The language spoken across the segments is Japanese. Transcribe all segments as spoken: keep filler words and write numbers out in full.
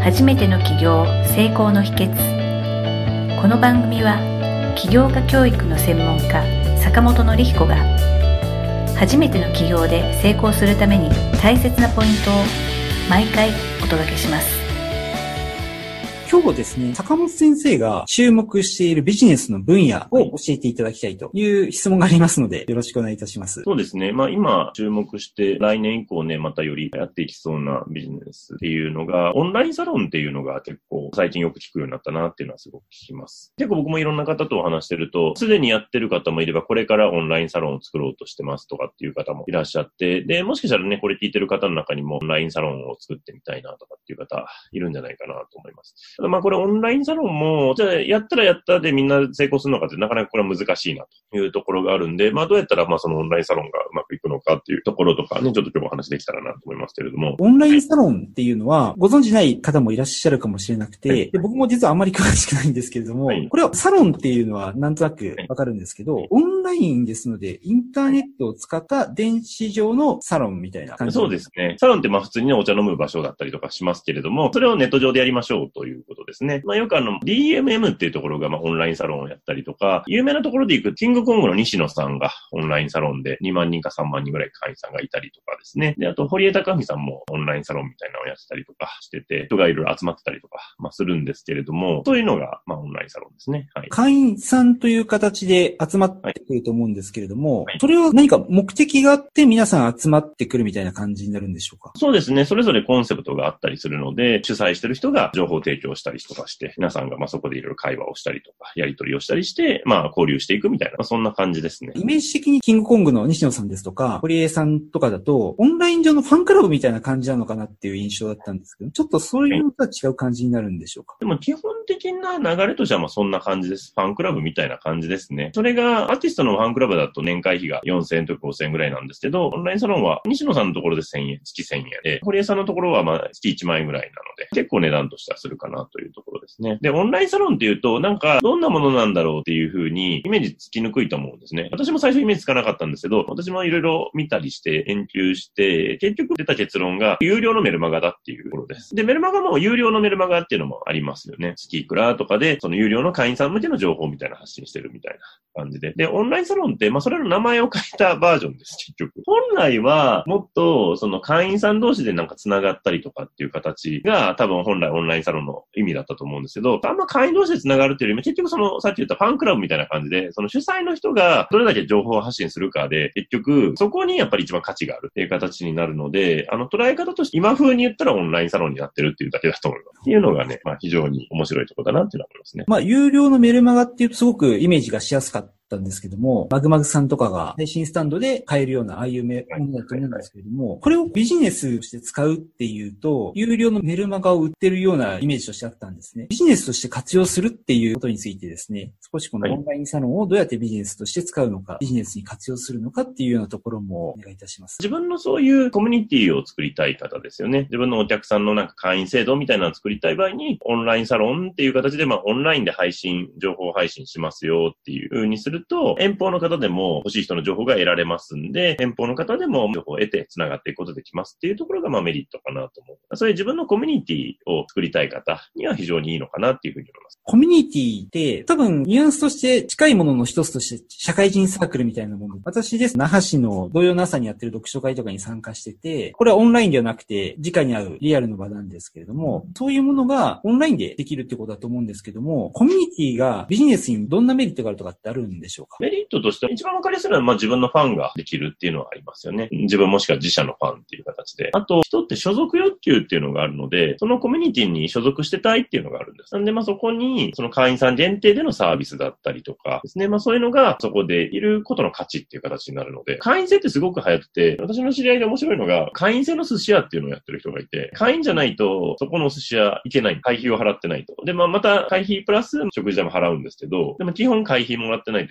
初めての起業成功の秘訣。この番組は起業家教育の専門家坂本典彦が初めての起業で成功するために大切なポイントを毎回お届けします。 今日ですね、坂本先生が注目しているビジネスの分野を教えていただきたいという質問がありますので、よろしくお願いいたします。 そうですね。まあ今注目して来年以降ね、またよりやっていきそうなビジネスっていうのが、オンラインサロンっていうのが結構最近よく聞くようになったなっていうのはすごく聞きます。結構僕もいろんな方とお話してると、すでにやってる方もいれば、これからオンラインサロンを作ろうとしてますとかっていう方もいらっしゃって、で、もしかしたらね、これ聞いてる方の中にもオンラインサロンを作ってみたいなとかっていう方いるんじゃないかなと思います。ただまあこれオンラインサロンも、じゃあやったらやったでみんな成功するのかってなかなかこれは難しいなというところがあるんで、まあどうやったらまあそのオンラインサロンがうまくいくのかっていうところとかね、ちょっと今日お話できたらなと思いますけれども。 オンラインサロンっていうのはご存知ない方もいらっしゃるかもしれなくて、はい、で僕も実はあんまり詳しくないんですけれども、はい、これはサロンっていうのはなんとなくわかるんですけど、はい、オンラインですのでインターネットを使った電子上のサロンみたいな感じ。 そうですね。サロンってまあ普通にねお茶飲む場所だったりとかしますけれども、それをネット上でやりましょうということですね。まあよくあの ディーエムエム っていうところがまあオンラインサロンをやったりとか、有名なところで行くキングコングの西野さんがオンラインサロンでにまんにんかさんまんにんぐらい会員さんがいたりとかですね。で、あと堀江貴文さんもオンラインサロンみたいなのをやってたりとかしてて、人がいろいろ集まってたりとか、まあするんですけれども、そういうのがまあオンラインサロンですね。はい。 会員さんという形で集まってくると思うんですけれども、はい、それは何か目的があって皆さん集まってくるみたいな感じになるんでしょうか？ そうですね。それぞれコンセプトがあったりするので、主催してる人が情報提供したりとかして、皆さんがまあそこでいろいろ会話をしたりとか、やり取りをしたりして、まあ交流していくみたいな、まあ、そんな感じですね。 イメージ的にキングコングの西野さんですとか、堀江さんとかだと、オンライン上のファンクラブみたいな感じなのかなっていう印象だったんですけど、ちょっとそういうのとは違う感じになるんでしょうか？ でも基本的な流れとしてはまあそんな感じです。ファンクラブみたいな感じですね。それがアーティストのファンクラブだと年会費がよんせんえんとかごせんえんぐらいなんですけど、オンラインサロンは西野さんのところでせんえん、月せんえんで、堀江さんのところはまあ月いちまんえんぐらいなので、結構値段としてはするかなというところですね。で、オンラインサロンっていうと、なんかどんなものなんだろうっていう風にイメージつきにくいと思うんですね。私も最初イメージつかなかったんですけど、私もいろいろ見たりして研究して、結局出た結論が有料のメルマガだっていうところです。で、メルマガも有料のメルマガっていうのもありますよね。月いくらとかで、その有料の会員さん向けの情報みたいな発信してるみたいな感じで。で、オンラインサロンって、まあそれの名前を変えたバージョンです、結局。本来はもっとその会員さん同士でなんか繋がったりとかっていう形が多分本来オンラインサロンの意味だったと思うんですけど、あんま会員同士で繋がるっていうよりも結局そのさっき言ったファンクラブみたいな感じで、その主催の人がどれだけ情報を発信するかで、結局そこにやっぱり一番価値があるっていう形になるので、あの捉え方として今風に言ったらオンラインサロンになってるっていうだけだと思います。っていうのがね、まあ非常に面白いところだなっていうのは思いますね。 まあ有料のメルマガっていうとすごくイメージがしやすかった。んですけども、マグマグさんとかが配信スタンドで買えるようなああいうものだと思うんですけれども、これをビジネスとして使うっていうと、有料のメルマガを売ってるようなイメージとしてあったんですね。ビジネスとして活用するっていうことについてですね、少しこのオンラインサロンをどうやってビジネスとして使うのか、ビジネスに活用するのかっていうようなところもお願いいたします。 自分のそういうコミュニティを作りたい方ですよね。自分のお客さんのなんか会員制度みたいなのを作りたい場合に、オンラインサロンっていう形で、まあオンラインで配信、情報配信しますよっていう風にすると、遠方の方でも欲しい人の情報が得られますんで、遠方の方でも情報を得て繋がっていくことできますっていうところがまあメリットかなと思う。そういう自分のコミュニティを作りたい方には非常にいいのかなっていうふうに思います。 コミュニティって多分ニュアンスとして近いものの一つとして社会人サークルみたいなもの。私です。那覇市の土曜の朝にやってる読書会とかに参加してて、これはオンラインではなくて直に会うリアルの場なんですけれども、そういうものがオンラインでできるってことだと思うんですけども、コミュニティがビジネスにどんなメリットがあるとかってあるんでしょうか？ メリットとして一番わかりやすいのは、まあ自分のファンができるっていうのはありますよね。自分もしくは自社のファンっていう形で。あと、人って所属欲求っていうのがあるので、そのコミュニティに所属してたいっていうのがあるんです。なんで、まあそこに、その会員さん限定でのサービスだったりとかですね。まあそういうのがそこでいることの価値っていう形になるので、会員制ってすごく流行ってて、私の知り合いで面白いのが、会員制の寿司屋っていうのをやってる人がいて、会員じゃないと、そこのお寿司屋行けない。会費を払ってないと。で、まあまた会費プラス食事代も払うんですけど、でも基本会費もらってないと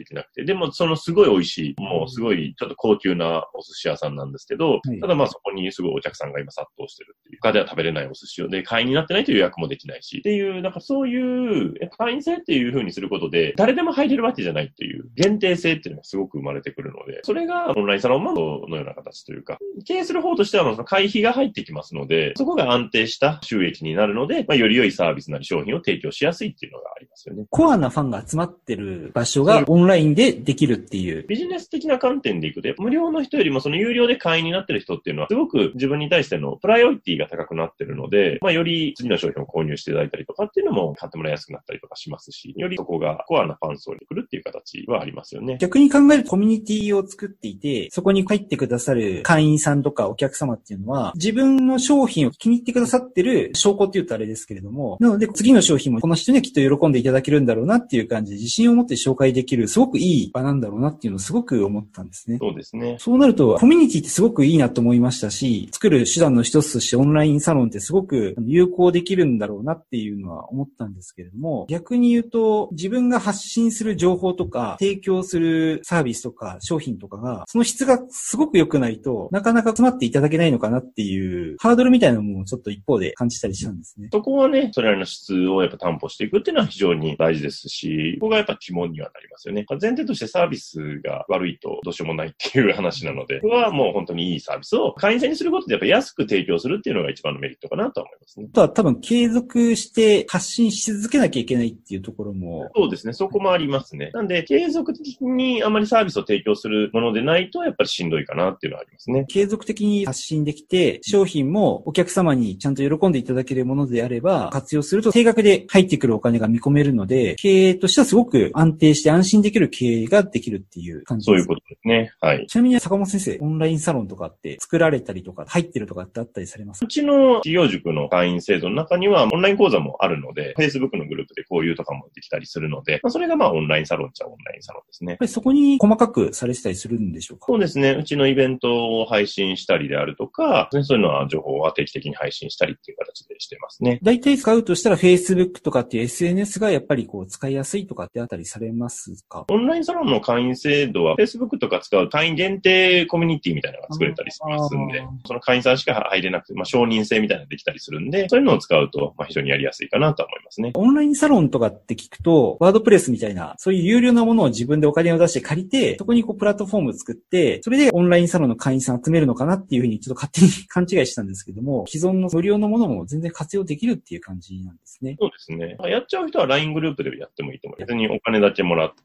できなくて、でもそのすごい美味しい、もうすごいちょっと高級なお寿司屋さんなんですけど、はい、ただまあそこにすごいお客さんが今殺到してるっていう。他では食べれないお寿司をで、会員になってないと予約もできないし、っていう、なんかそういう、会員制っていう風にすることで、誰でも入れるわけじゃないっていう、限定性っていうのがすごく生まれてくるので、それがオンラインサロンマンのような形というか、経営する方としては、その会費が入ってきますので、そこが安定した収益になるので、まあ、より良いサービスなり商品を提供しやすいっていうのがありますよね。 コアなファンが集まってる場所がオンラインでできるっていう。 ビジネス的な観点でいくと、無料の人よりもその有料で会員になってる人っていうのは、すごく自分に対してのプライオリティが高くなってるので、まあ、より次の商品を購入していただいたりとかっていうのも買ってもらいやすくなったりとかしますし、よりそこがコアなファン層に来るっていう形はありますよね。 逆に考えるとコミュニティを作っていて、そこに入ってくださる会員さんとかお客様っていうのは、自分の商品を気に入ってくださってる証拠って言うとあれですけれども、なので次の商品もこの人にはきっと喜んでいただけるんだろうなっていう感じで自信を持って紹介できるすごくいい場なんだろうなっていうのをすごく思ったんですね。 そうですね。 そうなるとコミュニティってすごくいいなと思いましたし、作る手段の一つとしてオンラインサロンってすごく有効できるんだろうなっていうのは思ったんですけれども、逆に言うと自分が発信する情報とか提供するサービスとか商品とかがその質がすごく良くないとなかなか詰まっていただけないのかなっていうハードルみたいなのもちょっと一方で感じたりしたんですね。 そこはね、それらの質をやっぱ担保していくっていうのは非常に大事ですし、ここがやっぱ肝にはなりますよね。前提としてサービスが悪いとどうしようもないっていう話なので、ここはもう本当にいいサービスを会員制にすることでやっぱ安く提供するっていうのが一番のメリットかなと思いますね。 あとは多分継続して発信し続けなきゃいけないっていうところも。 そうですね。そこもありますね。なんで継続的にあまりサービスを提供するものでないとやっぱりしんどいかなっていうのはありますね。 継続的に発信できて、商品もお客様にちゃんと喜んでいただけるものであれば、活用すると定額で入ってくるお金が見込めるので、経営としてはすごく安定して安心できる経営ができるっていう感じです。 そういうことですね。はい。 ちなみに坂本先生、オンラインサロンとかって作られたりとか、入ってるとかってあったりされますか？ うちの企業塾の会員制度の中にはオンライン講座もあるので、Facebook のグループで交流とかもできたりするので、まあ、それがまあオンラインサロンっちゃオンラインサロンですね。 やっぱりそこに細かくされてたりするんでしょうか？ そうですね。うちのイベントを配信したりであるとか、そういうのは情報は定期的に配信したりっていう形でしてますね。 大体使うとしたら Facebook とかっていう エスエヌエス がやっぱりこう使いやすいとかってあったりされますか？ オンラインサロンの会員制度は Facebook とか使う会員限定コミュニティみたいなのが作れたりしますんで、その会員さんしか入れなくて、まあ承認制みたいなのができたりするんで、そういうのを使うとまあ非常にやりやすいかなと思いますね。 オンラインサロンとかって聞くと、ワードプレスみたいな、そういう有料なものを自分でお金を出して借りて、そこにこうプラットフォームを作って、それでオンラインサロンの会員さん集めるのかなっていうふうにちょっと勝手に勘違いしたんですけども、既存の無料のものも全然活用できるっていう感じなんですね。 そうですね。やっちゃう人は ライン グループでやってもいいと思います。別にお金だけもらって、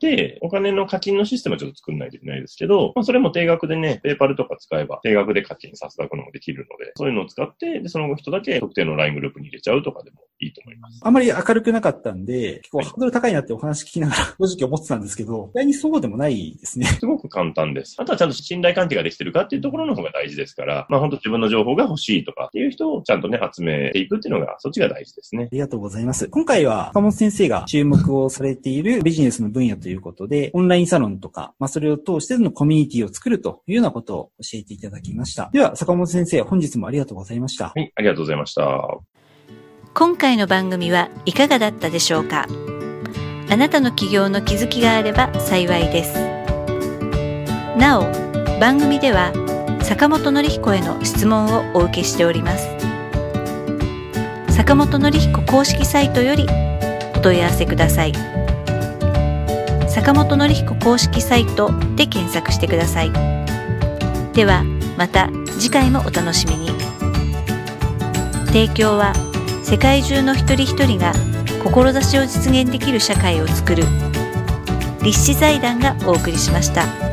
お金の課金のシステムはちょっと作んないといけないですけど、まあ、それも定額でね、ペーパルとか使えば定額で課金させていただくのもできるので、そういうのを使って、で、その人だけ特定の ライン グループに入れちゃうとかでもいいと思います。 あんまり明るくなかったんで、結構ハードル高いなってお話聞きながら正直思ってたんですけど、意外にそうでもないですね。 すごく簡単です。あとはちゃんと信頼関係ができてるかっていうところの方が大事ですから、まあ本当自分の情報が欲しいとかっていう人をちゃんとね、集めていくっていうのが、そっちが大事ですね。 ありがとうございます。今回は坂本先生が注目をされているビジネスの分野ということで、オンラインサロンとか、まあそれを通してのコミュニティを作るというようなことを教えていただきました。では坂本先生、本日もありがとうございました。 はい、ありがとうございました。 今回の番組はいかがだったでしょうか？あなたの起業の気づきがあれば幸いです。なお、番組では坂本典彦への質問をお受けしております。坂本典彦公式サイトよりお問い合わせください。坂本典彦公式サイトで検索してください。ではまた次回もお楽しみに。提供は世界中の一人一人が志を実現できる社会を作る立志財団がお送りしました。